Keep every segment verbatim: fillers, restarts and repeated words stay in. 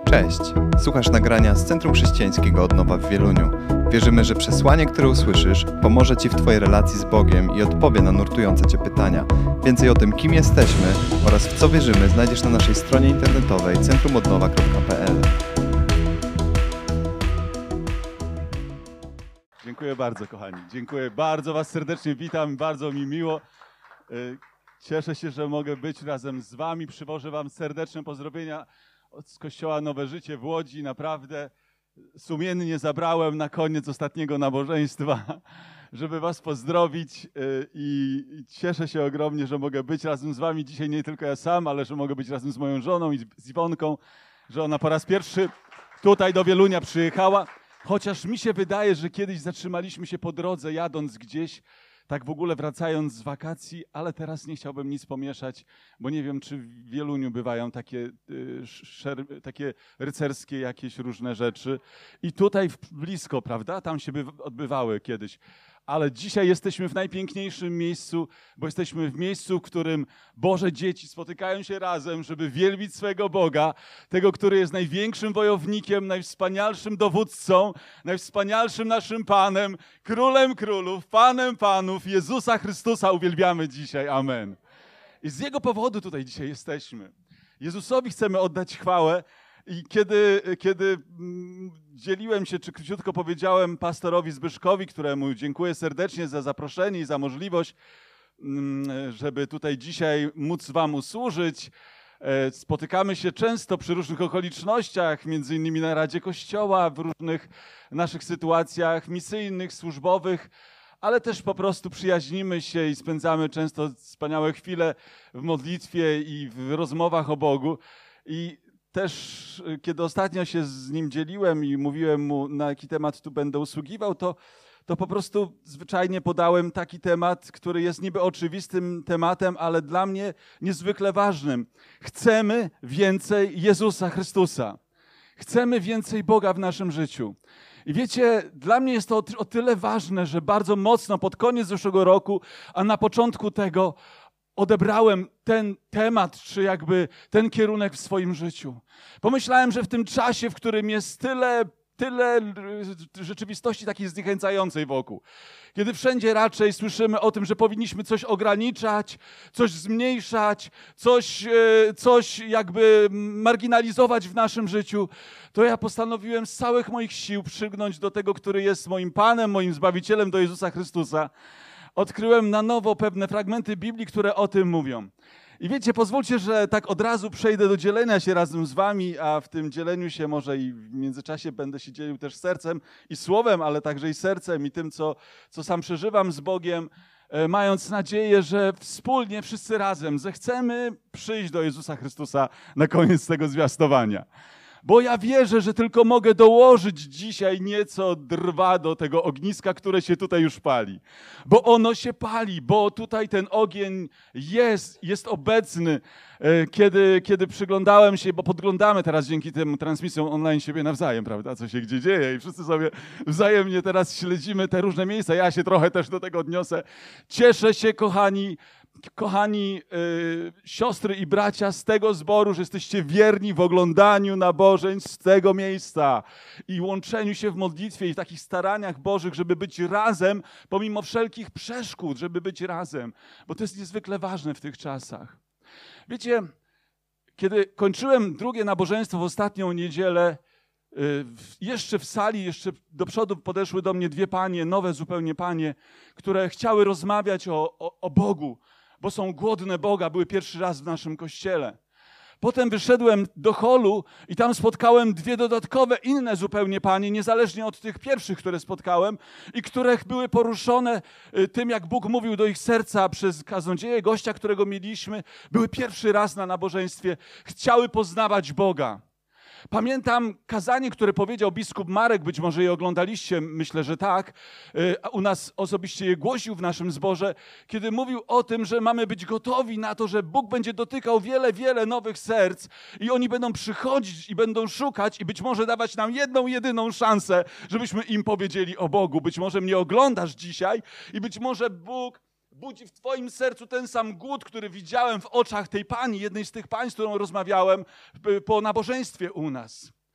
Cześć! Słuchasz nagrania z Centrum Chrześcijańskiego Odnowa w Wieluniu. Wierzymy, że przesłanie, które usłyszysz, pomoże Ci w Twojej relacji z Bogiem i odpowie na nurtujące Cię pytania. Więcej o tym, kim jesteśmy oraz w co wierzymy, znajdziesz na naszej stronie internetowej centrum odnowa kropka p l. Dziękuję bardzo, kochani. Dziękuję bardzo Was serdecznie. Witam, bardzo mi miło. Cieszę się, że mogę być razem z Wami. Przywożę Wam serdeczne pozdrowienia z Kościoła Nowe Życie w Łodzi. Naprawdę sumiennie zabrałem na koniec ostatniego nabożeństwa, żeby Was pozdrowić i cieszę się ogromnie, że mogę być razem z Wami dzisiaj, nie tylko ja sam, ale że mogę być razem z moją żoną i z Iwonką, że ona po raz pierwszy tutaj do Wielunia przyjechała. Chociaż mi się wydaje, że kiedyś zatrzymaliśmy się po drodze, jadąc gdzieś, tak w ogóle wracając z wakacji, ale teraz nie chciałbym nic pomieszać, bo nie wiem, czy w Wieluniu bywają takie, szer, takie rycerskie jakieś różne rzeczy. I tutaj blisko, prawda? Tam się odbywały kiedyś. Ale dzisiaj jesteśmy w najpiękniejszym miejscu, bo jesteśmy w miejscu, w którym Boże dzieci spotykają się razem, żeby wielbić swego Boga, tego, który jest największym wojownikiem, najwspanialszym dowódcą, najwspanialszym naszym Panem, Królem Królów, Panem Panów, Jezusa Chrystusa uwielbiamy dzisiaj. Amen. I z Jego powodu tutaj dzisiaj jesteśmy. Jezusowi chcemy oddać chwałę. I kiedy, kiedy dzieliłem się, czy króciutko powiedziałem pastorowi Zbyszkowi, któremu dziękuję serdecznie za zaproszenie i za możliwość, żeby tutaj dzisiaj móc Wam usłużyć. Spotykamy się często przy różnych okolicznościach, między innymi na Radzie Kościoła, w różnych naszych sytuacjach misyjnych, służbowych, ale też po prostu przyjaźnimy się i spędzamy często wspaniałe chwile w modlitwie i w rozmowach o Bogu. I też, kiedy ostatnio się z nim dzieliłem i mówiłem mu, na jaki temat tu będę usługiwał, to, to po prostu zwyczajnie podałem taki temat, który jest niby oczywistym tematem, ale dla mnie niezwykle ważnym. Chcemy więcej Jezusa Chrystusa. Chcemy więcej Boga w naszym życiu. I wiecie, dla mnie jest to o tyle ważne, że bardzo mocno pod koniec zeszłego roku, a na początku tego odebrałem ten temat, czy jakby ten kierunek w swoim życiu. Pomyślałem, że w tym czasie, w którym jest tyle, tyle rzeczywistości takiej zniechęcającej wokół, kiedy wszędzie raczej słyszymy o tym, że powinniśmy coś ograniczać, coś zmniejszać, coś, coś jakby marginalizować w naszym życiu, to ja postanowiłem z całych moich sił przygnąć do tego, który jest moim Panem, moim Zbawicielem, do Jezusa Chrystusa. Odkryłem na nowo pewne fragmenty Biblii, które o tym mówią. I wiecie, pozwólcie, że tak od razu przejdę do dzielenia się razem z wami, a w tym dzieleniu się może i w międzyczasie będę się dzielił też sercem i słowem, ale także i sercem i tym, co, co sam przeżywam z Bogiem, mając nadzieję, że wspólnie, wszyscy razem zechcemy przyjść do Jezusa Chrystusa na koniec tego zwiastowania. Bo ja wierzę, że tylko mogę dołożyć dzisiaj nieco drwa do tego ogniska, które się tutaj już pali. Bo ono się pali, bo tutaj ten ogień jest, jest obecny. Kiedy, kiedy przyglądałem się, bo podglądamy teraz dzięki tym transmisjom online siebie nawzajem, prawda, co się gdzie dzieje i wszyscy sobie wzajemnie teraz śledzimy te różne miejsca. Ja się trochę też do tego odniosę. Cieszę się, kochani, Kochani y, siostry i bracia z tego zboru, że jesteście wierni w oglądaniu nabożeństw z tego miejsca i łączeniu się w modlitwie i w takich staraniach Bożych, żeby być razem pomimo wszelkich przeszkód, żeby być razem, bo to jest niezwykle ważne w tych czasach. Wiecie, kiedy kończyłem drugie nabożeństwo w ostatnią niedzielę, y, jeszcze w sali, jeszcze do przodu podeszły do mnie dwie panie, nowe zupełnie panie, które chciały rozmawiać o, o, o Bogu, bo są głodne Boga, były pierwszy raz w naszym kościele. Potem wyszedłem do holu i tam spotkałem dwie dodatkowe, inne zupełnie panie, niezależnie od tych pierwszych, które spotkałem i które były poruszone tym, jak Bóg mówił do ich serca przez kaznodzieję, gościa, którego mieliśmy. Były pierwszy raz na nabożeństwie, chciały poznawać Boga. Pamiętam kazanie, które powiedział biskup Marek, być może je oglądaliście, myślę, że tak, a u nas osobiście je głosił w naszym zborze, kiedy mówił o tym, że mamy być gotowi na to, że Bóg będzie dotykał wiele, wiele nowych serc i oni będą przychodzić i będą szukać i być może dawać nam jedną, jedyną szansę, żebyśmy im powiedzieli o Bogu. Być może mnie oglądasz dzisiaj i być może Bóg budzi w twoim sercu ten sam głód, który widziałem w oczach tej pani, jednej z tych pań, z którą rozmawiałem po nabożeństwie u nas.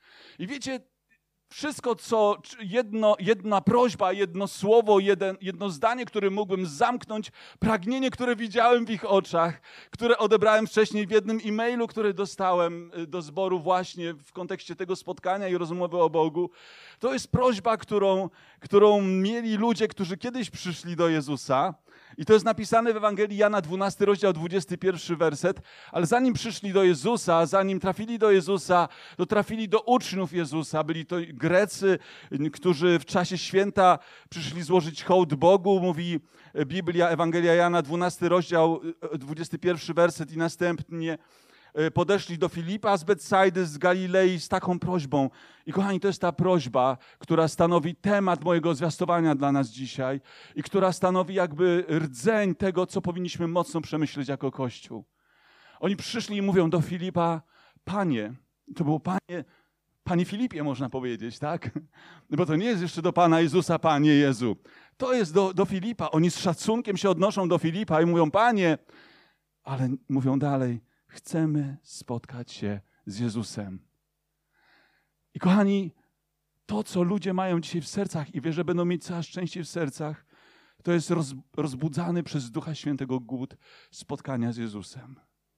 I wiecie, wszystko, co jedno, jedna prośba, jedno słowo, jeden, jedno zdanie, które mógłbym zamknąć, pragnienie, które widziałem w ich oczach, które odebrałem wcześniej w jednym e-mailu, który dostałem do zboru właśnie w kontekście tego spotkania i rozmowy o Bogu, to jest prośba, którą, którą mieli ludzie, którzy kiedyś przyszli do Jezusa. I to jest napisane w Ewangelii Jana, dwunasty rozdział, dwudziesty pierwszy werset. Ale zanim przyszli do Jezusa, zanim trafili do Jezusa, to trafili do uczniów Jezusa. Byli to Grecy, którzy w czasie święta przyszli złożyć hołd Bogu. Mówi Biblia, Ewangelia Jana, dwunasty rozdział, dwudziesty pierwszy werset i następnie. Podeszli do Filipa z Betsajdy, z Galilei z taką prośbą. I kochani, to jest ta prośba, która stanowi temat mojego zwiastowania dla nas dzisiaj i która stanowi jakby rdzeń tego, co powinniśmy mocno przemyśleć jako Kościół. Oni przyszli i mówią do Filipa, Panie, to było Panie, Panie Filipie można powiedzieć, tak? Bo to nie jest jeszcze do Pana Jezusa, Panie Jezu. To jest do, do Filipa. Oni z szacunkiem się odnoszą do Filipa i mówią, Panie, ale mówią dalej, chcemy spotkać się z Jezusem. I kochani, to, co ludzie mają dzisiaj w sercach i wierzę, że będą mieć coraz częściej w sercach, to jest roz, rozbudzany przez Ducha Świętego głód spotkania z Jezusem.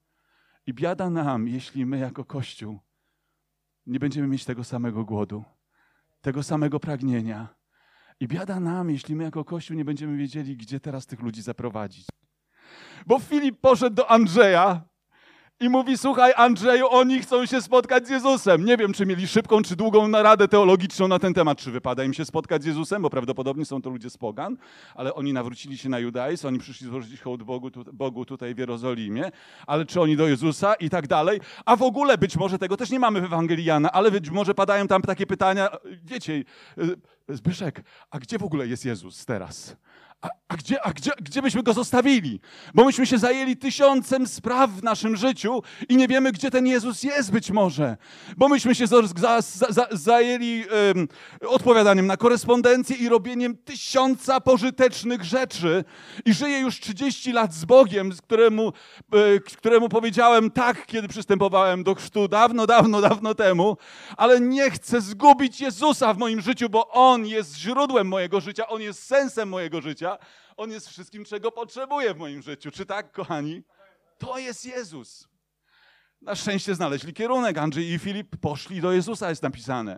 I biada nam, jeśli my jako Kościół nie będziemy mieć tego samego głodu, tego samego pragnienia. I biada nam, jeśli my jako Kościół nie będziemy wiedzieli, gdzie teraz tych ludzi zaprowadzić. Bo Filip poszedł do Andrzeja i mówi, słuchaj Andrzeju, oni chcą się spotkać z Jezusem. Nie wiem, czy mieli szybką, czy długą naradę teologiczną na ten temat, czy wypada im się spotkać z Jezusem, bo prawdopodobnie są to ludzie z pogan, ale oni nawrócili się na judaizm, oni przyszli złożyć hołd Bogu, tu, Bogu tutaj w Jerozolimie, ale czy oni do Jezusa i tak dalej. A w ogóle być może tego też nie mamy w Ewangelii Jana, ale być może padają tam takie pytania, wiecie, Zbyszek, a gdzie w ogóle jest Jezus teraz? A, a, gdzie, a gdzie, gdzie byśmy go zostawili? Bo myśmy się zajęli tysiącem spraw w naszym życiu i nie wiemy, gdzie ten Jezus jest być może. Bo myśmy się za, za, za, zajęli um, odpowiadaniem na korespondencję i robieniem tysiąca pożytecznych rzeczy. I żyję już trzydzieści lat z Bogiem, z któremu, e, któremu powiedziałem tak, kiedy przystępowałem do chrztu dawno, dawno, dawno temu. Ale nie chcę zgubić Jezusa w moim życiu, bo On jest źródłem mojego życia, On jest sensem mojego życia. On jest wszystkim, czego potrzebuję w moim życiu. Czy tak, kochani? To jest Jezus. Na szczęście znaleźli kierunek. Andrzej i Filip poszli do Jezusa, jest napisane.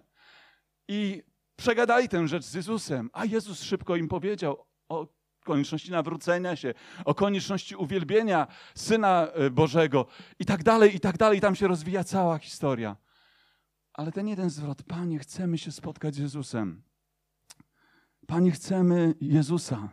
I przegadali tę rzecz z Jezusem. A Jezus szybko im powiedział o konieczności nawrócenia się, o konieczności uwielbienia Syna Bożego i tak dalej, i tak dalej. I tam się rozwija cała historia. Ale ten jeden zwrot. Panie, chcemy się spotkać z Jezusem. Panie, chcemy Jezusa.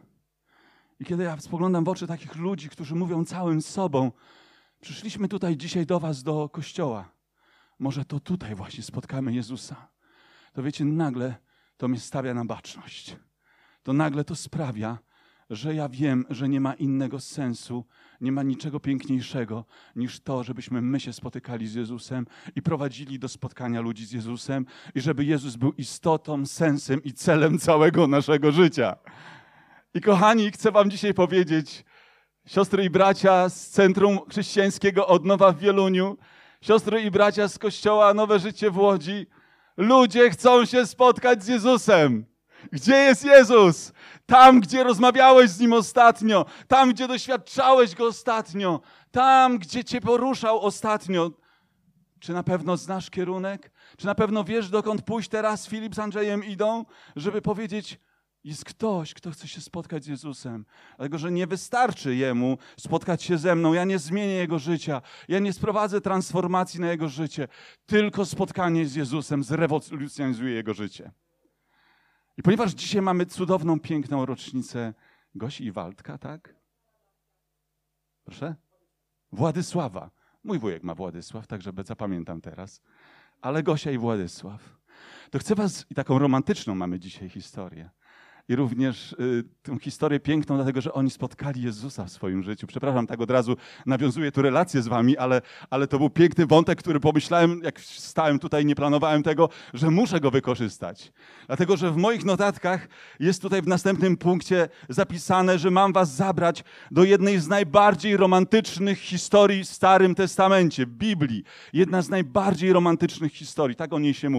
I kiedy ja spoglądam w oczy takich ludzi, którzy mówią całym sobą, przyszliśmy tutaj dzisiaj do was, do kościoła. Może to tutaj właśnie spotkamy Jezusa. To wiecie, nagle to mnie stawia na baczność. To nagle to sprawia, że ja wiem, że nie ma innego sensu, nie ma niczego piękniejszego niż to, żebyśmy my się spotykali z Jezusem i prowadzili do spotkania ludzi z Jezusem i żeby Jezus był istotą, sensem i celem całego naszego życia. I kochani, chcę wam dzisiaj powiedzieć, siostry i bracia z Centrum Chrześcijańskiego Odnowa w Wieluniu, siostry i bracia z Kościoła Nowe Życie w Łodzi, ludzie chcą się spotkać z Jezusem. Gdzie jest Jezus? Tam, gdzie rozmawiałeś z Nim ostatnio, tam, gdzie doświadczałeś Go ostatnio, tam, gdzie Cię poruszał ostatnio. Czy na pewno znasz kierunek? Czy na pewno wiesz, dokąd pójść teraz? Filip z Andrzejem idą, żeby powiedzieć, jest ktoś, kto chce się spotkać z Jezusem. Dlatego, że nie wystarczy Jemu spotkać się ze mną. Ja nie zmienię Jego życia. Ja nie sprowadzę transformacji na Jego życie. Tylko spotkanie z Jezusem zrewolucjonizuje Jego życie. I ponieważ dzisiaj mamy cudowną, piękną rocznicę Gosi i Waldka, tak? Proszę? Władysława. Mój wujek ma Władysław, także zapamiętam teraz. Ale Gosia i Władysław. To chcę was, i taką romantyczną mamy dzisiaj historię. I również y, tę historię piękną, dlatego że oni spotkali Jezusa w swoim życiu. Przepraszam, tak od razu nawiązuję tu relację z wami, ale, ale to był piękny wątek, który pomyślałem, jak stałem tutaj, nie planowałem tego, że muszę go wykorzystać. Dlatego, że w moich notatkach jest tutaj w następnym punkcie zapisane, że mam was zabrać do jednej z najbardziej romantycznych historii w Starym Testamencie, Biblii. Jedna z najbardziej romantycznych historii, tak o niej się mówi.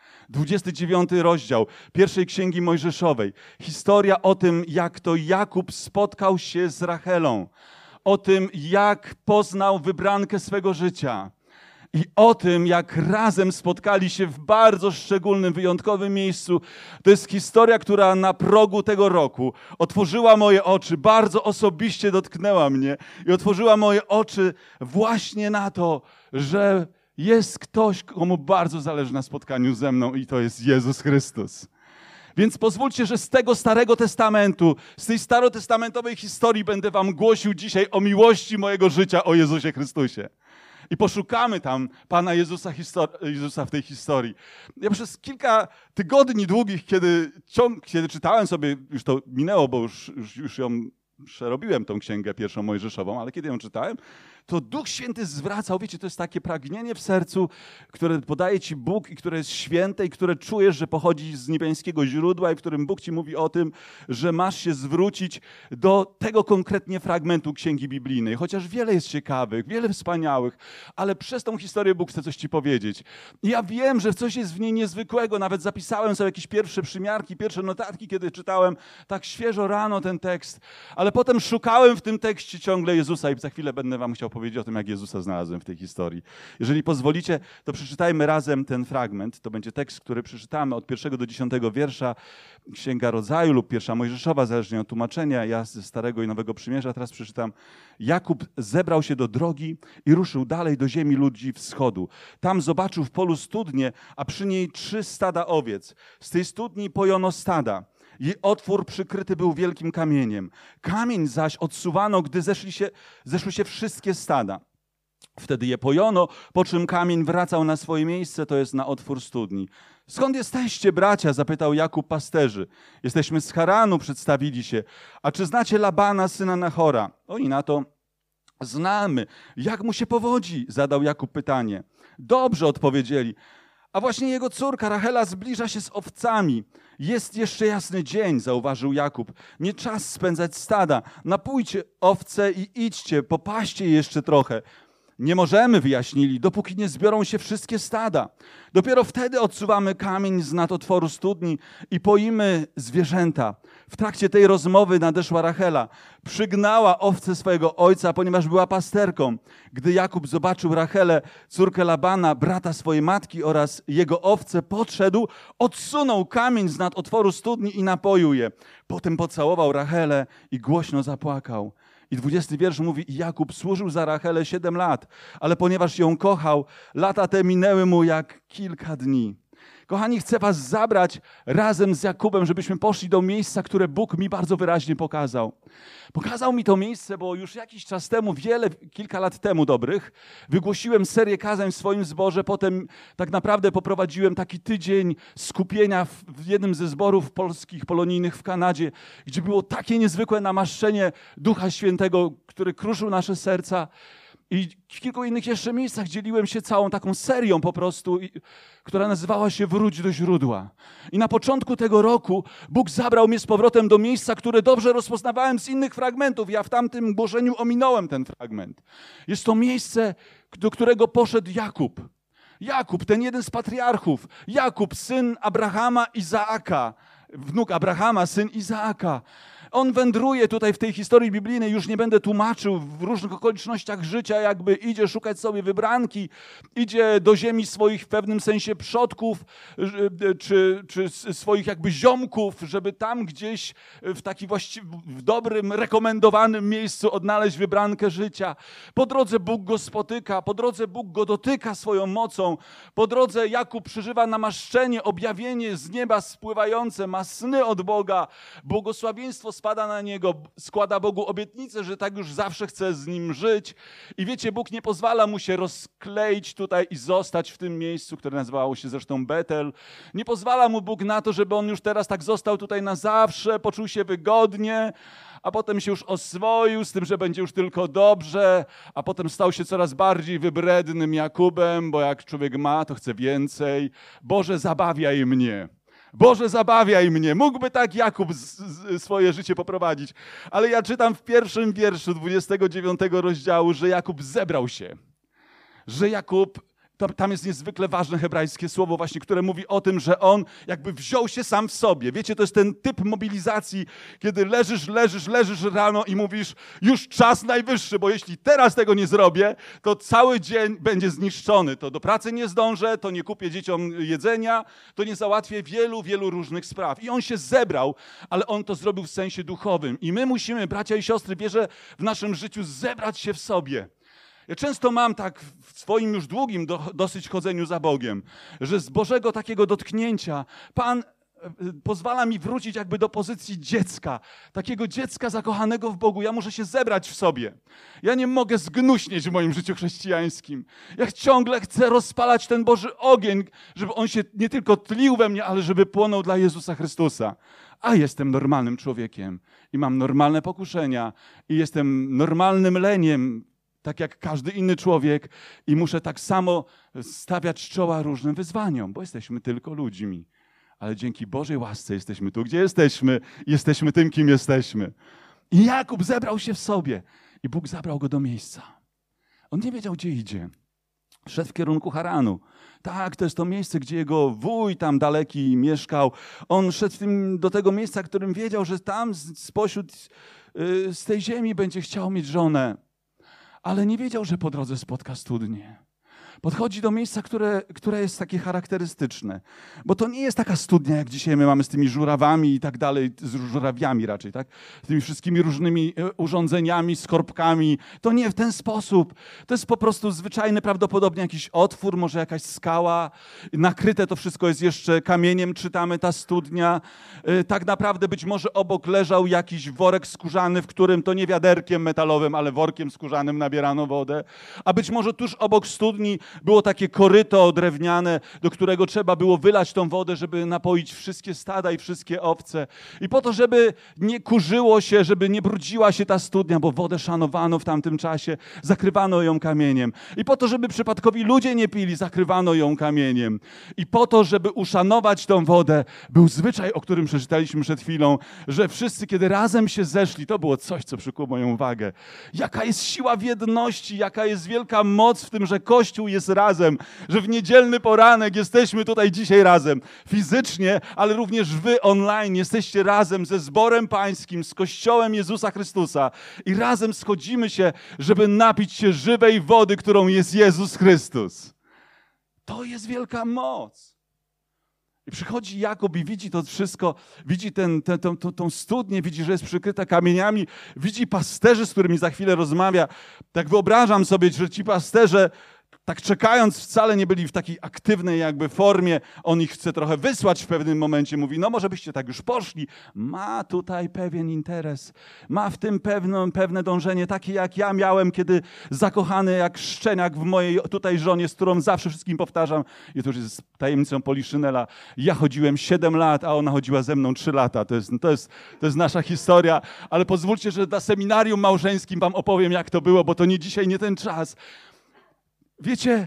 dwudziesty dziewiąty rozdział pierwszej Księgi Mojżeszowej. Historia o tym, jak to Jakub spotkał się z Rachelą. O tym, jak poznał wybrankę swego życia. I o tym, jak razem spotkali się w bardzo szczególnym, wyjątkowym miejscu. To jest historia, która na progu tego roku otworzyła moje oczy, bardzo osobiście dotknęła mnie i otworzyła moje oczy właśnie na to, że jest ktoś, komu bardzo zależy na spotkaniu ze mną i to jest Jezus Chrystus. Więc pozwólcie, że z tego Starego Testamentu, z tej starotestamentowej historii będę wam głosił dzisiaj o miłości mojego życia, o Jezusie Chrystusie. I poszukamy tam Pana Jezusa, Jezusa w tej historii. Ja przez kilka tygodni długich, kiedy, ciąg, kiedy czytałem sobie, już to minęło, bo już, już, już ją przerobiłem, tą księgę pierwszą Mojżeszową, ale kiedy ją czytałem, to Duch Święty zwracał, wiecie, to jest takie pragnienie w sercu, które podaje ci Bóg i które jest święte i które czujesz, że pochodzi z niebiańskiego źródła i w którym Bóg ci mówi o tym, że masz się zwrócić do tego konkretnie fragmentu księgi biblijnej. Chociaż wiele jest ciekawych, wiele wspaniałych, ale przez tą historię Bóg chce coś ci powiedzieć. I ja wiem, że coś jest w niej niezwykłego, nawet zapisałem sobie jakieś pierwsze przymiarki, pierwsze notatki, kiedy czytałem tak świeżo rano ten tekst, ale potem szukałem w tym tekście ciągle Jezusa i za chwilę będę wam chciał powiedzieć o tym, jak Jezusa znalazłem w tej historii. Jeżeli pozwolicie, to przeczytajmy razem ten fragment. To będzie tekst, który przeczytamy od pierwszego do dziesiątego wiersza, Księga Rodzaju lub Pierwsza Mojżeszowa, zależnie od tłumaczenia. Ja ze Starego i Nowego Przymierza teraz przeczytam. Jakub zebrał się do drogi i ruszył dalej do ziemi ludzi wschodu. Tam zobaczył w polu studnię, a przy niej trzy stada owiec. Z tej studni pojono stada. Jej otwór przykryty był wielkim kamieniem. Kamień zaś odsuwano, gdy zeszli się, zeszły się wszystkie stada. Wtedy je pojono, po czym kamień wracał na swoje miejsce, to jest na otwór studni. Skąd jesteście, bracia? Zapytał Jakub pasterzy. Jesteśmy z Haranu, przedstawili się. A czy znacie Labana, syna Nachora? Oni na to, znamy. Jak mu się powodzi? Zadał Jakub pytanie. Dobrze, odpowiedzieli. A właśnie jego córka Rachela zbliża się z owcami. Jest jeszcze jasny dzień, zauważył Jakub. Nie czas spędzać stada. Napójcie owce i idźcie, popaście jeszcze trochę. Nie możemy, wyjaśnili, dopóki nie zbiorą się wszystkie stada. Dopiero wtedy odsuwamy kamień z nad otworu studni i poimy zwierzęta. W trakcie tej rozmowy nadeszła Rachela. Przygnała owce swojego ojca, ponieważ była pasterką. Gdy Jakub zobaczył Rachelę, córkę Labana, brata swojej matki oraz jego owce, podszedł, odsunął kamień z nad otworu studni i napoił je. Potem pocałował Rachelę i głośno zapłakał. I dwudziesty wiersz mówi, i Jakub służył za Rachelę siedem lat, ale ponieważ ją kochał, lata te minęły mu jak kilka dni. Kochani, chcę was zabrać razem z Jakubem, żebyśmy poszli do miejsca, które Bóg mi bardzo wyraźnie pokazał. Pokazał mi to miejsce, bo już jakiś czas temu, wiele, kilka lat temu dobrych, wygłosiłem serię kazań w swoim zborze, potem tak naprawdę poprowadziłem taki tydzień skupienia w, w jednym ze zborów polskich, polonijnych w Kanadzie, gdzie było takie niezwykłe namaszczenie Ducha Świętego, który kruszył nasze serca. I w kilku innych jeszcze miejscach dzieliłem się całą taką serią po prostu, która nazywała się Wróć do źródła. I na początku tego roku Bóg zabrał mnie z powrotem do miejsca, które dobrze rozpoznawałem z innych fragmentów. Ja w tamtym głoszeniu ominąłem ten fragment. Jest to miejsce, do którego poszedł Jakub. Jakub, ten jeden z patriarchów. Jakub, syn Abrahama, Izaaka. Wnuk Abrahama, syn Izaaka. On wędruje tutaj w tej historii biblijnej, już nie będę tłumaczył, w różnych okolicznościach życia jakby idzie szukać sobie wybranki, idzie do ziemi swoich w pewnym sensie przodków, czy, czy swoich jakby ziomków, żeby tam gdzieś w takim właściwie, w dobrym, rekomendowanym miejscu odnaleźć wybrankę życia. Po drodze Bóg go spotyka, po drodze Bóg go dotyka swoją mocą, po drodze Jakub przeżywa namaszczenie, objawienie z nieba spływające, ma sny od Boga, błogosławieństwo spada na niego, składa Bogu obietnicę, że tak już zawsze chce z nim żyć. I wiecie, Bóg nie pozwala mu się rozkleić tutaj i zostać w tym miejscu, które nazywało się zresztą Betel. Nie pozwala mu Bóg na to, żeby on już teraz tak został tutaj na zawsze, poczuł się wygodnie, a potem się już oswoił z tym, że będzie już tylko dobrze, a potem stał się coraz bardziej wybrednym Jakubem, bo jak człowiek ma, to chce więcej. Boże, zabawiaj mnie. Boże, zabawiaj mnie. Mógłby tak Jakub z, z, swoje życie poprowadzić. Ale ja czytam w pierwszym wierszu dwudziestego dziewiątego rozdziału, że Jakub zebrał się. Że Jakub Tam jest niezwykle ważne hebrajskie słowo właśnie, które mówi o tym, że on jakby wziął się sam w sobie. Wiecie, to jest ten typ mobilizacji, kiedy leżysz, leżysz, leżysz rano i mówisz, już czas najwyższy, bo jeśli teraz tego nie zrobię, to cały dzień będzie zniszczony. To do pracy nie zdążę, to nie kupię dzieciom jedzenia, to nie załatwię wielu, wielu różnych spraw. I on się zebrał, ale on to zrobił w sensie duchowym. I my musimy, bracia i siostry, wierzę, w naszym życiu zebrać się w sobie. Ja często mam tak w swoim już długim do, dosyć chodzeniu za Bogiem, że z Bożego takiego dotknięcia Pan pozwala mi wrócić jakby do pozycji dziecka, takiego dziecka zakochanego w Bogu. Ja muszę się zebrać w sobie. Ja nie mogę zgnuśnieć w moim życiu chrześcijańskim. Ja ciągle chcę rozpalać ten Boży ogień, żeby on się nie tylko tlił we mnie, ale żeby płonął dla Jezusa Chrystusa. A jestem normalnym człowiekiem i mam normalne pokuszenia i jestem normalnym leniem, tak jak każdy inny człowiek i muszę tak samo stawiać czoła różnym wyzwaniom, bo jesteśmy tylko ludźmi. Ale dzięki Bożej łasce jesteśmy tu, gdzie jesteśmy i jesteśmy tym, kim jesteśmy. I Jakub zebrał się w sobie i Bóg zabrał go do miejsca. On nie wiedział, gdzie idzie. Szedł w kierunku Haranu. Tak, to jest to miejsce, gdzie jego wuj tam daleki mieszkał. On szedł w tym, do tego miejsca, którym wiedział, że tam spośród yy, z tej ziemi będzie chciał mieć żonę. Ale nie wiedział, że po drodze spotka studnię. Podchodzi do miejsca, które, które jest takie charakterystyczne. Bo to nie jest taka studnia, jak dzisiaj my mamy z tymi żurawami i tak dalej, z żurawiami raczej, tak? Z tymi wszystkimi różnymi urządzeniami, skorbkami. To nie w ten sposób. To jest po prostu zwyczajny, prawdopodobnie jakiś otwór, może jakaś skała. Nakryte to wszystko jest jeszcze kamieniem, czytamy, ta studnia. Tak naprawdę być może obok leżał jakiś worek skórzany, w którym to nie wiaderkiem metalowym, ale workiem skórzanym nabierano wodę. A być może tuż obok studni było takie koryto drewniane, do którego trzeba było wylać tą wodę, żeby napoić wszystkie stada i wszystkie owce. I po to, żeby nie kurzyło się, żeby nie brudziła się ta studnia, bo wodę szanowano w tamtym czasie, zakrywano ją kamieniem. I po to, żeby przypadkowi ludzie nie pili, zakrywano ją kamieniem. I po to, żeby uszanować tą wodę, był zwyczaj, o którym przeczytaliśmy przed chwilą, że wszyscy, kiedy razem się zeszli, to było coś, co przykuło moją uwagę. Jaka jest siła w jedności, jaka jest wielka moc w tym, że Kościół jest razem, że w niedzielny poranek jesteśmy tutaj dzisiaj razem, fizycznie, ale również wy online jesteście razem ze zborem pańskim, z Kościołem Jezusa Chrystusa i razem schodzimy się, żeby napić się żywej wody, którą jest Jezus Chrystus. To jest wielka moc. I przychodzi Jakub i widzi to wszystko, widzi ten, ten, tą, tą, tą studnię, widzi, że jest przykryta kamieniami, widzi pasterzy, z którymi za chwilę rozmawia. Tak wyobrażam sobie, że ci pasterze, tak czekając, wcale nie byli w takiej aktywnej jakby formie. On ich chce trochę wysłać w pewnym momencie. Mówi, no może byście tak już poszli. Ma tutaj pewien interes. Ma w tym pewne, pewne dążenie, takie jak ja miałem, kiedy zakochany jak szczeniak w mojej tutaj żonie, z którą zawsze wszystkim powtarzam. I to już jest tajemnicą Poliszynela. Ja chodziłem siedem lat, a ona chodziła ze mną trzy lata. To jest, to jest, to jest nasza historia. Ale pozwólcie, że na seminarium małżeńskim wam opowiem, jak to było, bo to nie dzisiaj, nie ten czas. Wiecie,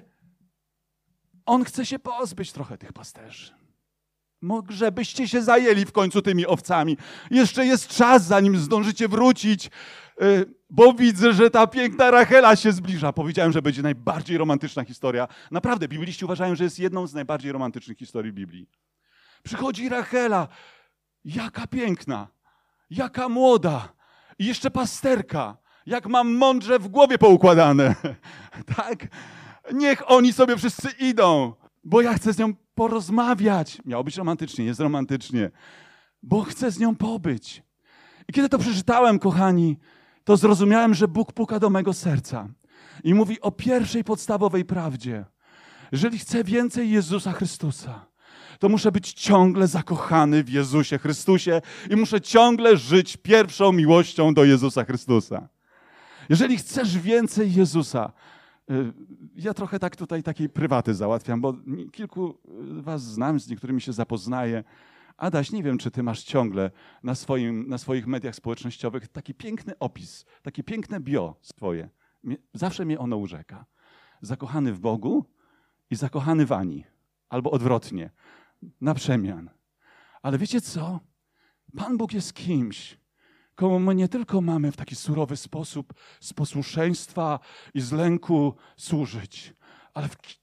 on chce się pozbyć trochę tych pasterzy. Może byście się zajęli w końcu tymi owcami. Jeszcze jest czas, zanim zdążycie wrócić, bo widzę, że ta piękna Rachela się zbliża. Powiedziałem, że będzie najbardziej romantyczna historia. Naprawdę, bibliści uważają, że jest jedną z najbardziej romantycznych historii Biblii. Przychodzi Rachela, jaka piękna, jaka młoda i jeszcze pasterka. Jak mam mądrze w głowie poukładane. Tak? Niech oni sobie wszyscy idą, bo ja chcę z nią porozmawiać. Miało być romantycznie, jest romantycznie. Bo chcę z nią pobyć. I kiedy to przeczytałem, kochani, to zrozumiałem, że Bóg puka do mego serca i mówi o pierwszej podstawowej prawdzie. Jeżeli chcę więcej Jezusa Chrystusa, to muszę być ciągle zakochany w Jezusie Chrystusie i muszę ciągle żyć pierwszą miłością do Jezusa Chrystusa. Jeżeli chcesz więcej Jezusa, ja trochę tak tutaj takiej prywaty załatwiam, bo kilku was znam, z niektórymi się zapoznaję. Adaś, nie wiem, czy ty masz ciągle na, swoim, na swoich mediach społecznościowych taki piękny opis, takie piękne bio swoje. Zawsze mnie ono urzeka. Zakochany w Bogu i zakochany w Ani. Albo odwrotnie. Na przemian. Ale wiecie co? Pan Bóg jest kimś, komu my nie tylko mamy w taki surowy sposób z posłuszeństwa i z lęku służyć, ale w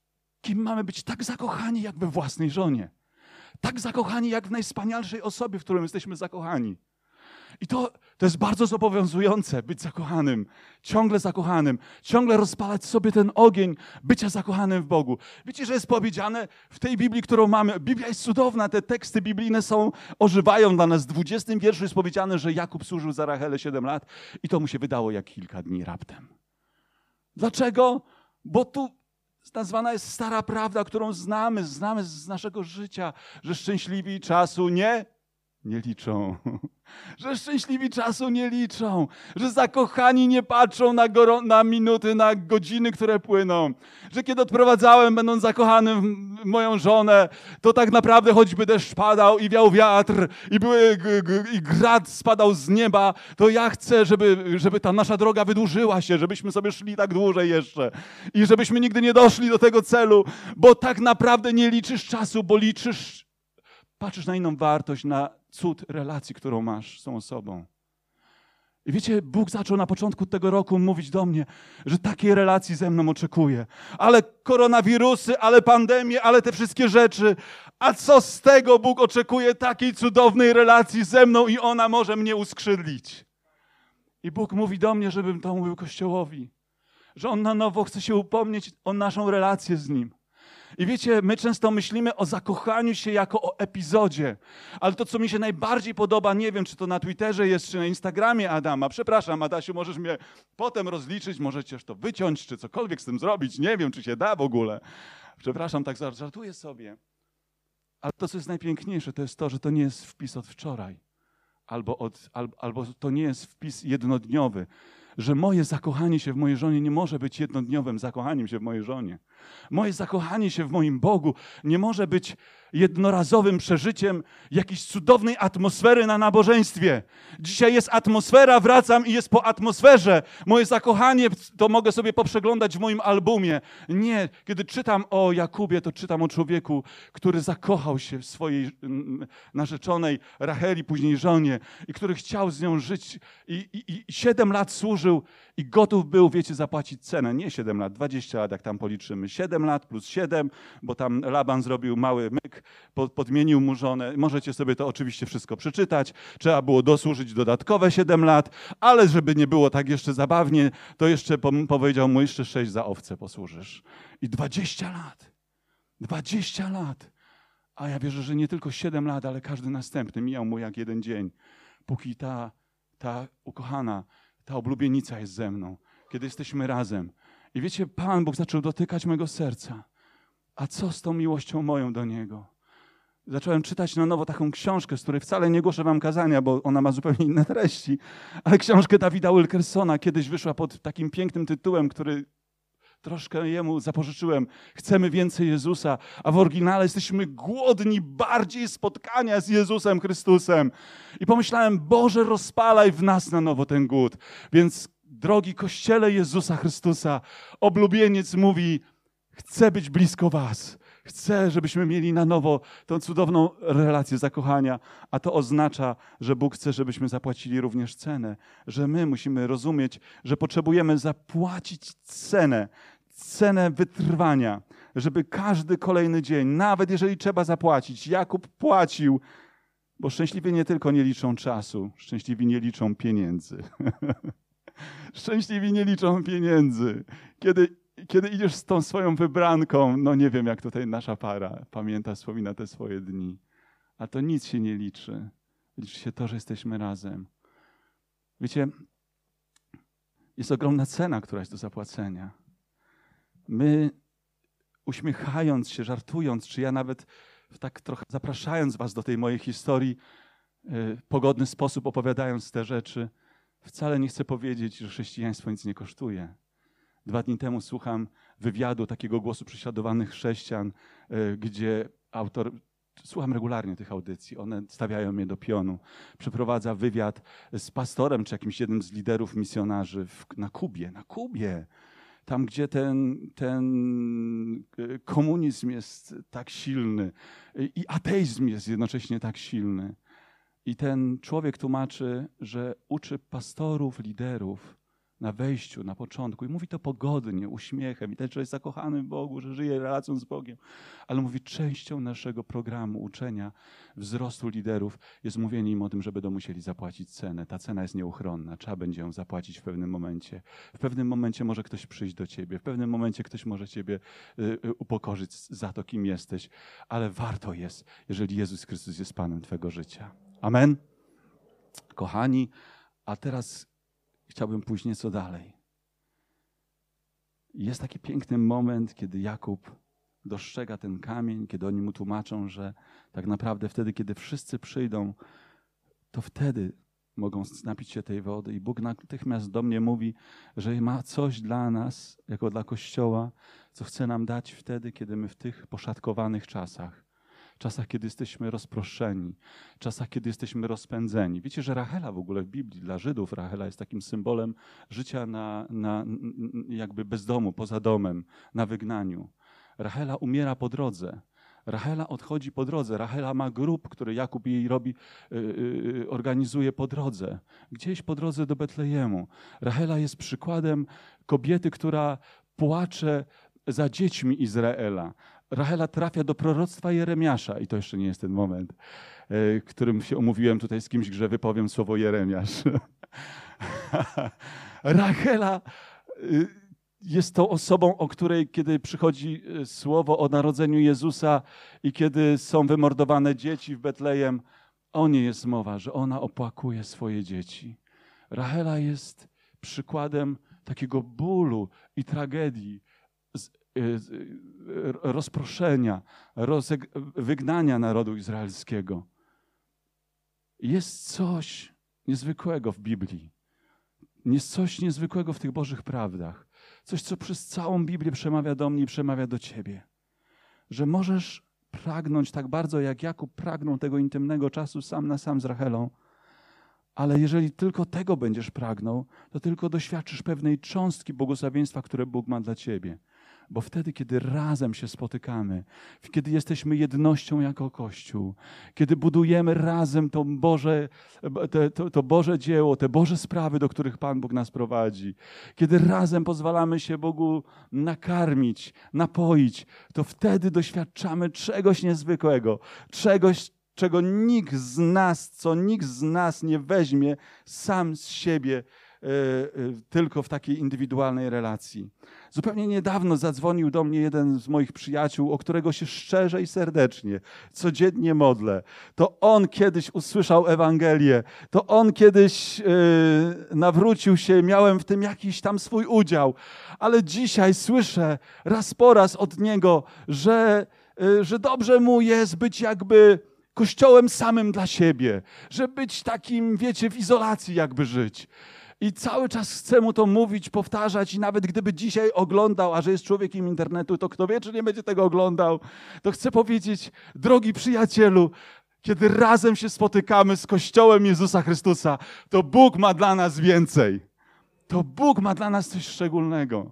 kim mamy być tak zakochani jak we własnej żonie. Tak zakochani jak w najwspanialszej osobie, w którą jesteśmy zakochani. I to, to jest bardzo zobowiązujące, być zakochanym, ciągle zakochanym, ciągle rozpalać sobie ten ogień bycia zakochanym w Bogu. Wiecie, że jest powiedziane w tej Biblii, którą mamy, Biblia jest cudowna, te teksty biblijne są, ożywają dla nas. W dwudziestym wierszu jest powiedziane, że Jakub służył za Rachelę siedem lat i to mu się wydało jak kilka dni raptem. Dlaczego? Bo tu nazwana jest stara prawda, którą znamy, znamy z naszego życia, że szczęśliwi czasu nie, nie liczą. Że szczęśliwi czasu nie liczą. Że zakochani nie patrzą na, goro- na minuty, na godziny, które płyną. Że kiedy odprowadzałem, będąc zakochanym w moją żonę, to tak naprawdę choćby deszcz padał i wiał wiatr i, były, g- g- i grad spadał z nieba, to ja chcę, żeby, żeby ta nasza droga wydłużyła się, żebyśmy sobie szli tak dłużej jeszcze i żebyśmy nigdy nie doszli do tego celu, bo tak naprawdę nie liczysz czasu, bo liczysz, patrzysz na inną wartość, na cud relacji, którą masz z tą osobą. I wiecie, Bóg zaczął na początku tego roku mówić do mnie, że takiej relacji ze mną oczekuje. Ale koronawirusy, ale pandemie, ale te wszystkie rzeczy. A co z tego? Bóg oczekuje takiej cudownej relacji ze mną i ona może mnie uskrzydlić. I Bóg mówi do mnie, żebym to mówił Kościołowi, że On na nowo chce się upomnieć o naszą relację z Nim. I wiecie, my często myślimy o zakochaniu się jako o epizodzie, ale to, co mi się najbardziej podoba, nie wiem, czy to na Twitterze jest, czy na Instagramie Adama, przepraszam, Adasiu, możesz mnie potem rozliczyć, możecie to wyciąć, czy cokolwiek z tym zrobić, nie wiem, czy się da w ogóle. Przepraszam, tak żartuję sobie. Ale to, co jest najpiękniejsze, to jest to, że to nie jest wpis od wczoraj, albo, od, albo, albo to nie jest wpis jednodniowy, że moje zakochanie się w mojej żonie nie może być jednodniowym zakochaniem się w mojej żonie. Moje zakochanie się w moim Bogu nie może być jednorazowym przeżyciem jakiejś cudownej atmosfery na nabożeństwie. Dzisiaj jest atmosfera, wracam i jest po atmosferze. Moje zakochanie to mogę sobie poprzeglądać w moim albumie. Nie, kiedy czytam o Jakubie, to czytam o człowieku, który zakochał się w swojej narzeczonej Racheli, później żonie i który chciał z nią żyć i, i, i siedem lat służył i gotów był, wiecie, zapłacić cenę. Nie siedem lat, dwadzieścia lat, jak tam policzymy. siedem lat plus siedem, bo tam Laban zrobił mały myk, podmienił mu żonę. Możecie sobie to oczywiście wszystko przeczytać. Trzeba było dosłużyć dodatkowe siedem lat, ale żeby nie było tak jeszcze zabawnie, to jeszcze powiedział mu, jeszcze sześć za owce posłużysz. I dwadzieścia lat. dwadzieścia lat. A ja wierzę, że nie tylko siedem lat, ale każdy następny mijał mu jak jeden dzień, póki ta, ta ukochana, ta oblubienica jest ze mną, kiedy jesteśmy razem. I wiecie, Pan Bóg zaczął dotykać mojego serca. A co z tą miłością moją do Niego? Zacząłem czytać na nowo taką książkę, z której wcale nie głoszę wam kazania, bo ona ma zupełnie inne treści, ale książkę Davida Wilkersona kiedyś wyszła pod takim pięknym tytułem, który troszkę jemu zapożyczyłem. Chcemy więcej Jezusa, a w oryginale jesteśmy głodni bardziej spotkania z Jezusem Chrystusem. I pomyślałem, Boże, rozpalaj w nas na nowo ten głód. Więc, drogi Kościele Jezusa Chrystusa, oblubieniec mówi, chcę być blisko was. Chcę, żebyśmy mieli na nowo tą cudowną relację zakochania, a to oznacza, że Bóg chce, żebyśmy zapłacili również cenę, że my musimy rozumieć, że potrzebujemy zapłacić cenę, cenę wytrwania, żeby każdy kolejny dzień, nawet jeżeli trzeba zapłacić, Jakub płacił, bo szczęśliwi nie tylko nie liczą czasu, szczęśliwi nie liczą pieniędzy. Szczęśliwi nie liczą pieniędzy. Kiedy Kiedy idziesz z tą swoją wybranką, no nie wiem, jak tutaj nasza para pamięta, wspomina te swoje dni, a to nic się nie liczy. Liczy się to, że jesteśmy razem. Wiecie, jest ogromna cena, która jest do zapłacenia. My, uśmiechając się, żartując, czy ja nawet tak trochę zapraszając was do tej mojej historii, w pogodny sposób opowiadając te rzeczy, wcale nie chcę powiedzieć, że chrześcijaństwo nic nie kosztuje. Dwa dni temu słucham wywiadu takiego Głosu Prześladowanych Chrześcijan, gdzie autor, słucham regularnie tych audycji, one stawiają mnie do pionu. Przeprowadza wywiad z pastorem, czy jakimś jednym z liderów misjonarzy w, na Kubie, na Kubie. Tam, gdzie ten, ten komunizm jest tak silny i ateizm jest jednocześnie tak silny. I ten człowiek tłumaczy, że uczy pastorów, liderów na wejściu, na początku. I mówi to pogodnie, uśmiechem. I ten człowiek jest zakochany w Bogu, że żyje relacją z Bogiem. Ale mówi, częścią naszego programu uczenia, wzrostu liderów jest mówienie im o tym, że będą musieli zapłacić cenę. Ta cena jest nieuchronna. Trzeba będzie ją zapłacić w pewnym momencie. W pewnym momencie może ktoś przyjść do ciebie. W pewnym momencie ktoś może ciebie y, y, upokorzyć za to, kim jesteś. Ale warto jest, jeżeli Jezus Chrystus jest Panem twego życia. Amen. Kochani, a teraz chciałbym pójść nieco dalej. Jest taki piękny moment, kiedy Jakub dostrzega ten kamień, kiedy oni mu tłumaczą, że tak naprawdę wtedy, kiedy wszyscy przyjdą, to wtedy mogą napić się tej wody. I Bóg natychmiast do mnie mówi, że ma coś dla nas, jako dla Kościoła, co chce nam dać wtedy, kiedy my w tych poszatkowanych czasach, czasach, kiedy jesteśmy rozproszeni, czasach, kiedy jesteśmy rozpędzeni. Wiecie, że Rachela w ogóle w Biblii dla Żydów, Rachela jest takim symbolem życia na, na, jakby bez domu, poza domem, na wygnaniu. Rachela umiera po drodze. Rachela odchodzi po drodze. Rachela ma grób, który Jakub jej robi, yy, yy, organizuje po drodze. Gdzieś po drodze do Betlejemu. Rachela jest przykładem kobiety, która płacze za dziećmi Izraela. Rachela trafia do proroctwa Jeremiasza. I to jeszcze nie jest ten moment, yy, w którym się umówiłem tutaj z kimś, że wypowiem słowo Jeremiasz. Rachela yy, jest tą osobą, o której, kiedy przychodzi słowo o narodzeniu Jezusa i kiedy są wymordowane dzieci w Betlejem, o niej jest mowa, że ona opłakuje swoje dzieci. Rachela jest przykładem takiego bólu i tragedii, z, z, rozproszenia, rozeg, wygnania narodu izraelskiego. Jest coś niezwykłego w Biblii. Jest coś niezwykłego w tych Bożych prawdach. Coś, co przez całą Biblię przemawia do mnie i przemawia do ciebie. Że możesz pragnąć tak bardzo, jak Jakub pragnął tego intymnego czasu sam na sam z Rachelą, ale jeżeli tylko tego będziesz pragnął, to tylko doświadczysz pewnej cząstki błogosławieństwa, które Bóg ma dla ciebie. Bo wtedy, kiedy razem się spotykamy, kiedy jesteśmy jednością jako Kościół, kiedy budujemy razem to Boże, te, to, to Boże dzieło, te Boże sprawy, do których Pan Bóg nas prowadzi, kiedy razem pozwalamy się Bogu nakarmić, napoić, to wtedy doświadczamy czegoś niezwykłego, czegoś, czego nikt z nas, co nikt z nas nie weźmie sam z siebie, tylko w takiej indywidualnej relacji. Zupełnie niedawno zadzwonił do mnie jeden z moich przyjaciół, o którego się szczerze i serdecznie, codziennie modlę. To on kiedyś usłyszał Ewangelię, to on kiedyś yy, nawrócił się, miałem w tym jakiś tam swój udział, ale dzisiaj słyszę raz po raz od niego, że, yy, że dobrze mu jest być jakby kościołem samym dla siebie, że być takim, wiecie, w izolacji jakby żyć. I cały czas chcę mu to mówić, powtarzać i nawet gdyby dzisiaj oglądał, a że jest człowiekiem internetu, to kto wie, czy nie będzie tego oglądał, to chcę powiedzieć, drogi przyjacielu, kiedy razem się spotykamy z Kościołem Jezusa Chrystusa, to Bóg ma dla nas więcej. To Bóg ma dla nas coś szczególnego.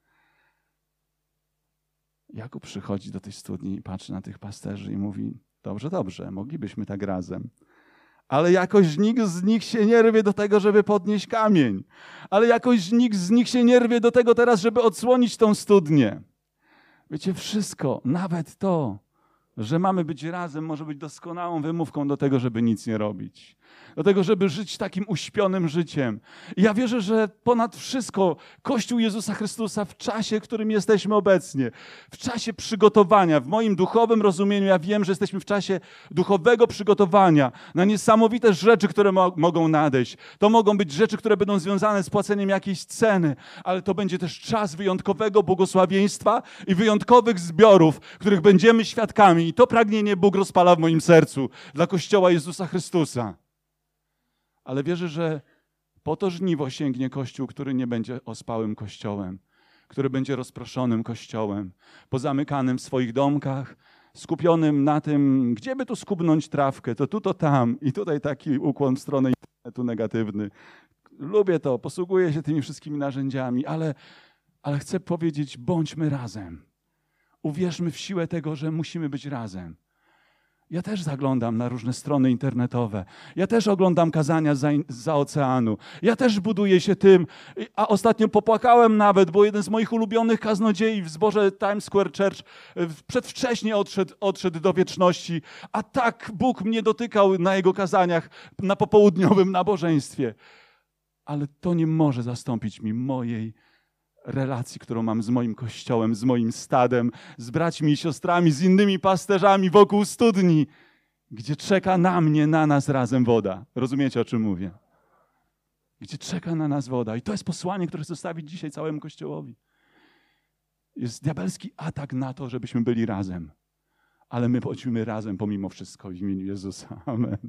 Jakub przychodzi do tej studni i patrzy na tych pasterzy i mówi, dobrze, dobrze, moglibyśmy tak razem. Ale jakoś nikt z nich się nie rwie do tego, żeby podnieść kamień. Ale jakoś nikt z nich się nie rwie do tego teraz, żeby odsłonić tą studnię. Wiecie, wszystko, nawet to, że mamy być razem, może być doskonałą wymówką do tego, żeby nic nie robić. Do tego, żeby żyć takim uśpionym życiem. I ja wierzę, że ponad wszystko Kościół Jezusa Chrystusa w czasie, w którym jesteśmy obecnie, w czasie przygotowania, w moim duchowym rozumieniu, ja wiem, że jesteśmy w czasie duchowego przygotowania na niesamowite rzeczy, które mo- mogą nadejść. To mogą być rzeczy, które będą związane z płaceniem jakiejś ceny, ale to będzie też czas wyjątkowego błogosławieństwa i wyjątkowych zbiorów, których będziemy świadkami. I to pragnienie Bóg rozpala w moim sercu dla Kościoła Jezusa Chrystusa. Ale wierzę, że po to żniwo sięgnie Kościół, który nie będzie ospałym Kościołem, który będzie rozproszonym Kościołem, pozamykanym w swoich domkach, skupionym na tym, gdzie by tu skubnąć trawkę, to tu, to tam. I tutaj taki ukłon w stronę internetu negatywny. Lubię to, posługuję się tymi wszystkimi narzędziami, ale, ale chcę powiedzieć, bądźmy razem. Uwierzmy w siłę tego, że musimy być razem. Ja też zaglądam na różne strony internetowe. Ja też oglądam kazania za, za oceanu. Ja też buduję się tym. A ostatnio popłakałem nawet, bo jeden z moich ulubionych kaznodziei w zborze Times Square Church przedwcześnie odszedł, odszedł do wieczności. A tak Bóg mnie dotykał na jego kazaniach, na popołudniowym nabożeństwie. Ale to nie może zastąpić mi mojej relacji, którą mam z moim kościołem, z moim stadem, z braćmi i siostrami, z innymi pasterzami wokół studni, gdzie czeka na mnie, na nas razem woda. Rozumiecie, o czym mówię? Gdzie czeka na nas woda. I to jest posłanie, które chcę zostawić dzisiaj całemu Kościołowi. Jest diabelski atak na to, żebyśmy byli razem. Ale my bądźmy razem pomimo wszystko w imieniu Jezusa. Amen.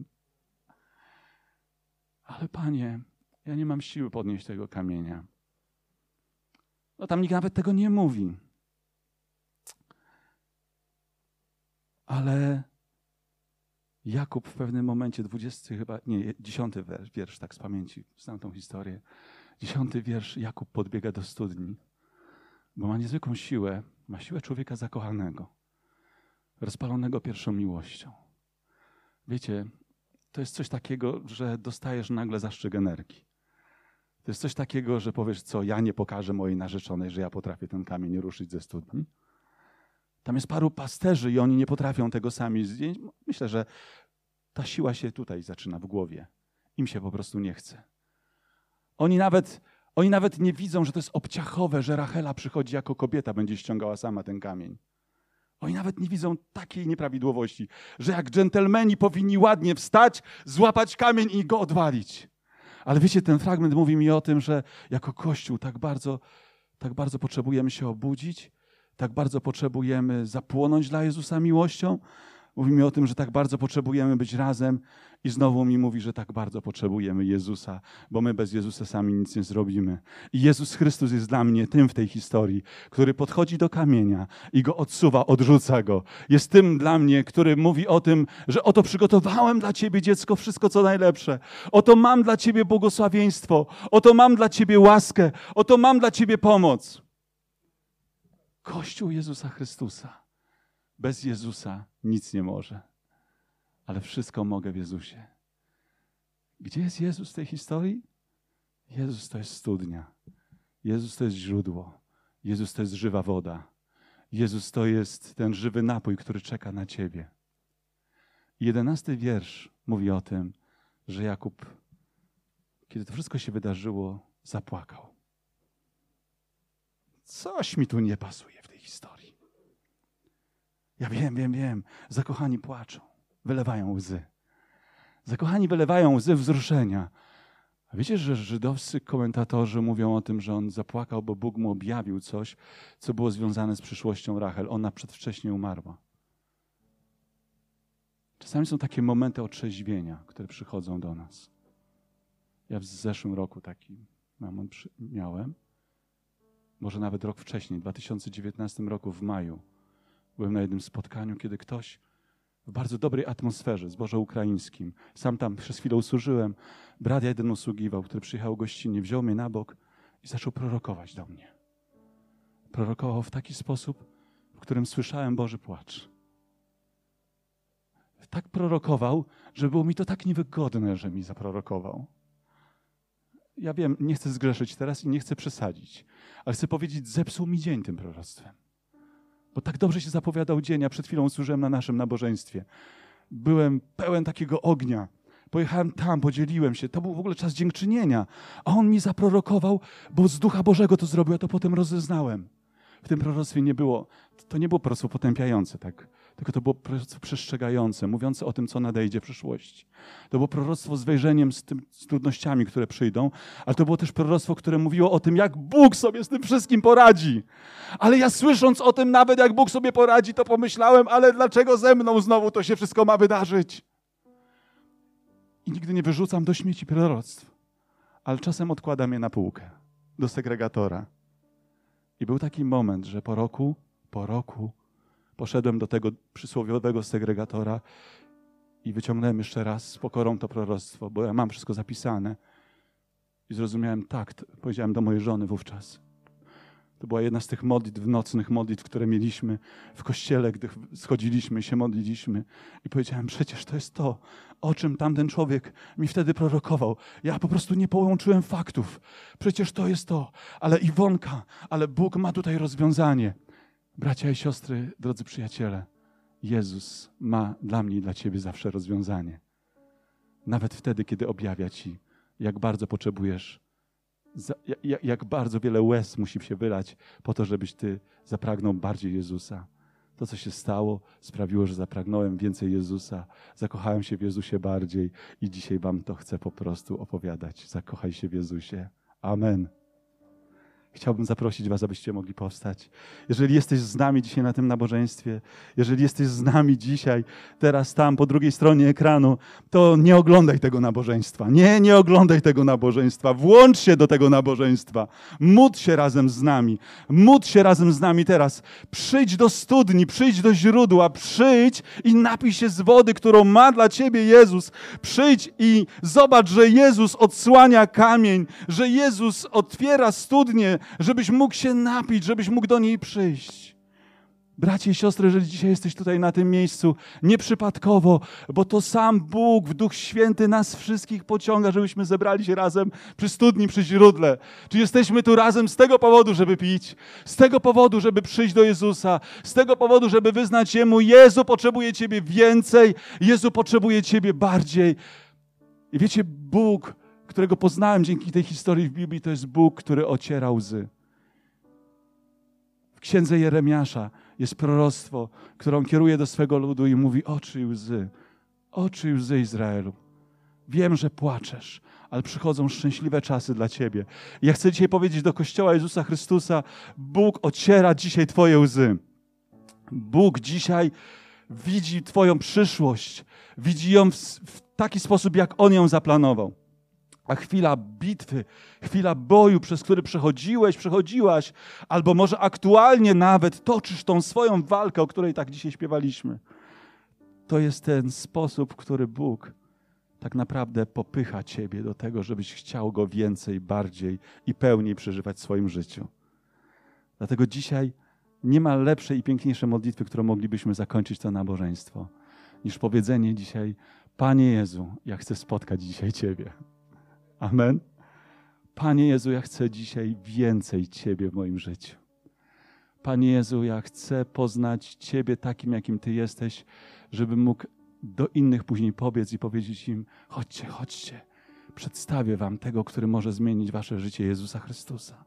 Ale Panie, ja nie mam siły podnieść tego kamienia. No tam nikt nawet tego nie mówi. Ale Jakub w pewnym momencie, dwudziesty chyba, nie, dziesiąty wiersz, wiersz, tak z pamięci, znam tą historię. Dziesiąty wiersz, Jakub podbiega do studni, bo ma niezwykłą siłę, ma siłę człowieka zakochanego, rozpalonego pierwszą miłością. Wiecie, to jest coś takiego, że dostajesz nagle zastrzyk energii. To jest coś takiego, że powiesz, co, ja nie pokażę mojej narzeczonej, że ja potrafię ten kamień ruszyć ze studni. Tam jest paru pasterzy i oni nie potrafią tego sami zdjąć. Myślę, że ta siła się tutaj zaczyna w głowie. Im się po prostu nie chce. Oni nawet, oni nawet nie widzą, że to jest obciachowe, że Rachela przychodzi jako kobieta, będzie ściągała sama ten kamień. Oni nawet nie widzą takiej nieprawidłowości, że jak dżentelmeni powinni ładnie wstać, złapać kamień i go odwalić. Ale wiecie, ten fragment mówi mi o tym, że jako Kościół tak bardzo, tak bardzo potrzebujemy się obudzić, tak bardzo potrzebujemy zapłonąć dla Jezusa miłością. Mówi mi o tym, że tak bardzo potrzebujemy być razem i znowu mi mówi, że tak bardzo potrzebujemy Jezusa, bo my bez Jezusa sami nic nie zrobimy. I Jezus Chrystus jest dla mnie tym w tej historii, który podchodzi do kamienia i go odsuwa, odrzuca go. Jest tym dla mnie, który mówi o tym, że oto przygotowałem dla ciebie, dziecko, wszystko co najlepsze. Oto mam dla ciebie błogosławieństwo. Oto mam dla ciebie łaskę. Oto mam dla ciebie pomoc. Kościół Jezusa Chrystusa. Bez Jezusa nic nie może, ale wszystko mogę w Jezusie. Gdzie jest Jezus w tej historii? Jezus to jest studnia. Jezus to jest źródło. Jezus to jest żywa woda. Jezus to jest ten żywy napój, który czeka na ciebie. Jedenasty wiersz mówi o tym, że Jakub, kiedy to wszystko się wydarzyło, zapłakał. Coś mi tu nie pasuje w tej historii. Ja wiem, wiem, wiem. Zakochani płaczą, wylewają łzy. Zakochani wylewają łzy wzruszenia. A wiecie, że żydowscy komentatorzy mówią o tym, że on zapłakał, bo Bóg mu objawił coś, co było związane z przyszłością Rachel. Ona przedwcześnie umarła. Czasami są takie momenty otrzeźwienia, które przychodzą do nas. Ja w zeszłym roku taki moment miałem. Może nawet rok wcześniej, w dwa tysiące dziewiętnastym roku w maju. Byłem na jednym spotkaniu, kiedy ktoś w bardzo dobrej atmosferze, zborze ukraińskim, sam tam przez chwilę usłużyłem, brat jeden usługiwał, który przyjechał gościnnie, wziął mnie na bok i zaczął prorokować do mnie. Prorokował w taki sposób, w którym słyszałem Boży płacz. Tak prorokował, że było mi to tak niewygodne, że mi zaprorokował. Ja wiem, nie chcę zgrzeszyć teraz i nie chcę przesadzić, ale chcę powiedzieć, zepsuł mi dzień tym proroctwem. Bo tak dobrze się zapowiadał dzień, ja przed chwilą służyłem na naszym nabożeństwie. Byłem pełen takiego ognia. Pojechałem tam, podzieliłem się. To był w ogóle czas dziękczynienia. A on mi zaprorokował, bo z Ducha Bożego to zrobił, a to potem rozeznałem. W tym proroctwie nie było, to nie było proroctwo potępiające, tak? Tylko to było proroctwo przestrzegające, mówiące o tym, co nadejdzie w przyszłości. To było proroctwo z wejrzeniem, z, tym, z trudnościami, które przyjdą, ale to było też proroctwo, które mówiło o tym, jak Bóg sobie z tym wszystkim poradzi. Ale ja słysząc o tym nawet, jak Bóg sobie poradzi, to pomyślałem, ale dlaczego ze mną znowu to się wszystko ma wydarzyć? I nigdy nie wyrzucam do śmieci proroctw, ale czasem odkładam je na półkę, do segregatora. I był taki moment, że po roku, po roku poszedłem do tego przysłowiowego segregatora i wyciągnąłem jeszcze raz z pokorą to proroctwo, bo ja mam wszystko zapisane. I zrozumiałem, tak, powiedziałem do mojej żony wówczas. To była jedna z tych modlitw, nocnych modlitw, które mieliśmy w kościele, gdy schodziliśmy i się modliliśmy. I powiedziałem, przecież to jest to, o czym tamten człowiek mi wtedy prorokował. Ja po prostu nie połączyłem faktów. Przecież to jest to. Ale Iwonka, ale Bóg ma tutaj rozwiązanie. Bracia i siostry, drodzy przyjaciele, Jezus ma dla mnie i dla ciebie zawsze rozwiązanie. Nawet wtedy, kiedy objawia ci, jak bardzo potrzebujesz, jak, jak bardzo wiele łez musi się wylać po to, żebyś ty zapragnął bardziej Jezusa. To, co się stało, sprawiło, że zapragnąłem więcej Jezusa. Zakochałem się w Jezusie bardziej i dzisiaj wam to chcę po prostu opowiadać. Zakochaj się w Jezusie. Amen. Chciałbym zaprosić was, abyście mogli powstać. Jeżeli jesteś z nami dzisiaj na tym nabożeństwie, jeżeli jesteś z nami dzisiaj, teraz tam po drugiej stronie ekranu, to nie oglądaj tego nabożeństwa. Nie, nie oglądaj tego nabożeństwa. Włącz się do tego nabożeństwa. Módl się razem z nami. Módl się razem z nami teraz. Przyjdź do studni, przyjdź do źródła, przyjdź i napij się z wody, którą ma dla ciebie Jezus. Przyjdź i zobacz, że Jezus odsłania kamień, że Jezus otwiera studnię, żebyś mógł się napić, żebyś mógł do niej przyjść. Bracie i siostry, jeżeli dzisiaj jesteś tutaj na tym miejscu, nieprzypadkowo, bo to sam Bóg w Duch Święty nas wszystkich pociąga, żebyśmy zebrali się razem przy studni, przy źródle. Czy jesteśmy tu razem z tego powodu, żeby pić? Z tego powodu, żeby przyjść do Jezusa? Z tego powodu, żeby wyznać Jemu, Jezu, potrzebuję Ciebie więcej, Jezu, potrzebuję Ciebie bardziej. I wiecie, Bóg, którego poznałem dzięki tej historii w Biblii, to jest Bóg, który ociera łzy. W księdze Jeremiasza jest proroctwo, które on kieruje do swego ludu i mówi: oczyj łzy, oczyj łzy Izraelu. Wiem, że płaczesz, ale przychodzą szczęśliwe czasy dla ciebie. I ja chcę dzisiaj powiedzieć do Kościoła Jezusa Chrystusa: Bóg ociera dzisiaj twoje łzy. Bóg dzisiaj widzi twoją przyszłość, widzi ją w, w taki sposób, jak On ją zaplanował. A chwila bitwy, chwila boju, przez który przechodziłeś, przechodziłaś, albo może aktualnie nawet toczysz tą swoją walkę, o której tak dzisiaj śpiewaliśmy. To jest ten sposób, w który Bóg tak naprawdę popycha ciebie do tego, żebyś chciał Go więcej, bardziej i pełniej przeżywać w swoim życiu. Dlatego dzisiaj nie ma lepszej i piękniejszej modlitwy, którą moglibyśmy zakończyć to nabożeństwo, niż powiedzenie dzisiaj: Panie Jezu, ja chcę spotkać dzisiaj Ciebie. Amen. Panie Jezu, ja chcę dzisiaj więcej Ciebie w moim życiu. Panie Jezu, ja chcę poznać Ciebie takim, jakim Ty jesteś, żebym mógł do innych później pobiec i powiedzieć im: chodźcie, chodźcie, przedstawię wam tego, który może zmienić wasze życie, Jezusa Chrystusa.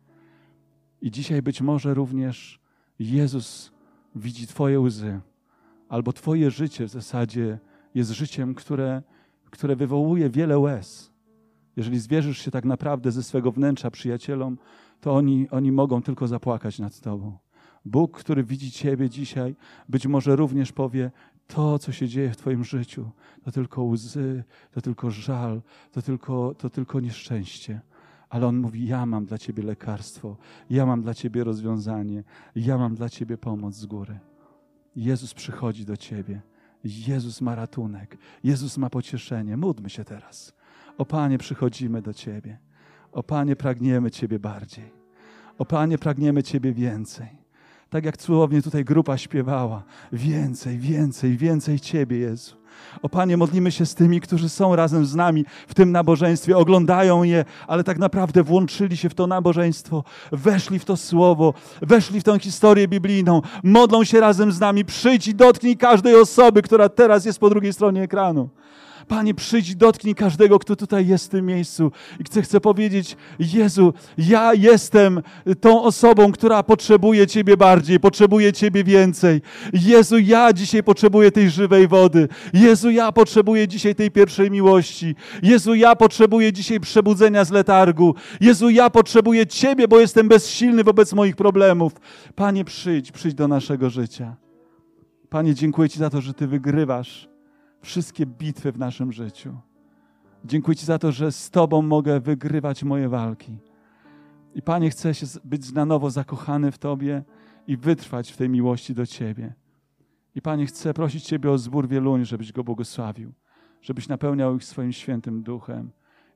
I dzisiaj być może również Jezus widzi twoje łzy, albo twoje życie w zasadzie jest życiem, które, które wywołuje wiele łez. Jeżeli zwierzysz się tak naprawdę ze swego wnętrza przyjacielom, to oni, oni mogą tylko zapłakać nad tobą. Bóg, który widzi ciebie dzisiaj, być może również powie: to, co się dzieje w twoim życiu, to tylko łzy, to tylko żal, to tylko, to tylko nieszczęście. Ale On mówi: ja mam dla ciebie lekarstwo, ja mam dla ciebie rozwiązanie, ja mam dla ciebie pomoc z góry. Jezus przychodzi do ciebie. Jezus ma ratunek. Jezus ma pocieszenie. Módlmy się teraz. O Panie, przychodzimy do Ciebie. O Panie, pragniemy Ciebie bardziej. O Panie, pragniemy Ciebie więcej. Tak jak cudownie tutaj grupa śpiewała. Więcej, więcej, więcej Ciebie, Jezu. O Panie, modlimy się z tymi, którzy są razem z nami w tym nabożeństwie, oglądają je, ale tak naprawdę włączyli się w to nabożeństwo, weszli w to słowo, weszli w tę historię biblijną, modlą się razem z nami. Przyjdź i dotknij każdej osoby, która teraz jest po drugiej stronie ekranu. Panie, przyjdź i dotknij każdego, kto tutaj jest w tym miejscu. I chcę, chcę powiedzieć: Jezu, ja jestem tą osobą, która potrzebuje Ciebie bardziej, potrzebuje Ciebie więcej. Jezu, ja dzisiaj potrzebuję tej żywej wody. Jezu, ja potrzebuję dzisiaj tej pierwszej miłości. Jezu, ja potrzebuję dzisiaj przebudzenia z letargu. Jezu, ja potrzebuję Ciebie, bo jestem bezsilny wobec moich problemów. Panie, przyjdź, przyjdź do naszego życia. Panie, dziękuję Ci za to, że Ty wygrywasz wszystkie bitwy w naszym życiu. Dziękuję Ci za to, że z Tobą mogę wygrywać moje walki. I Panie, chcę się być na nowo zakochany w Tobie i wytrwać w tej miłości do Ciebie. I Panie, chcę prosić Ciebie o zbór Wieluń, żebyś go błogosławił, żebyś napełniał ich swoim świętym duchem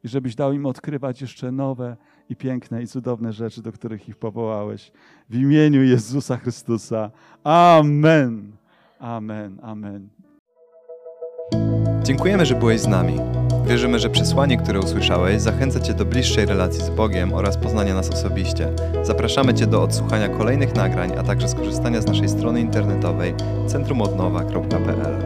i żebyś dał im odkrywać jeszcze nowe i piękne i cudowne rzeczy, do których ich powołałeś. W imieniu Jezusa Chrystusa. Amen. Amen. Amen. Dziękujemy, że byłeś z nami. Wierzymy, że przesłanie, które usłyszałeś, zachęca Cię do bliższej relacji z Bogiem oraz poznania nas osobiście. Zapraszamy Cię do odsłuchania kolejnych nagrań, a także skorzystania z naszej strony internetowej centrum odnowa kropka p l.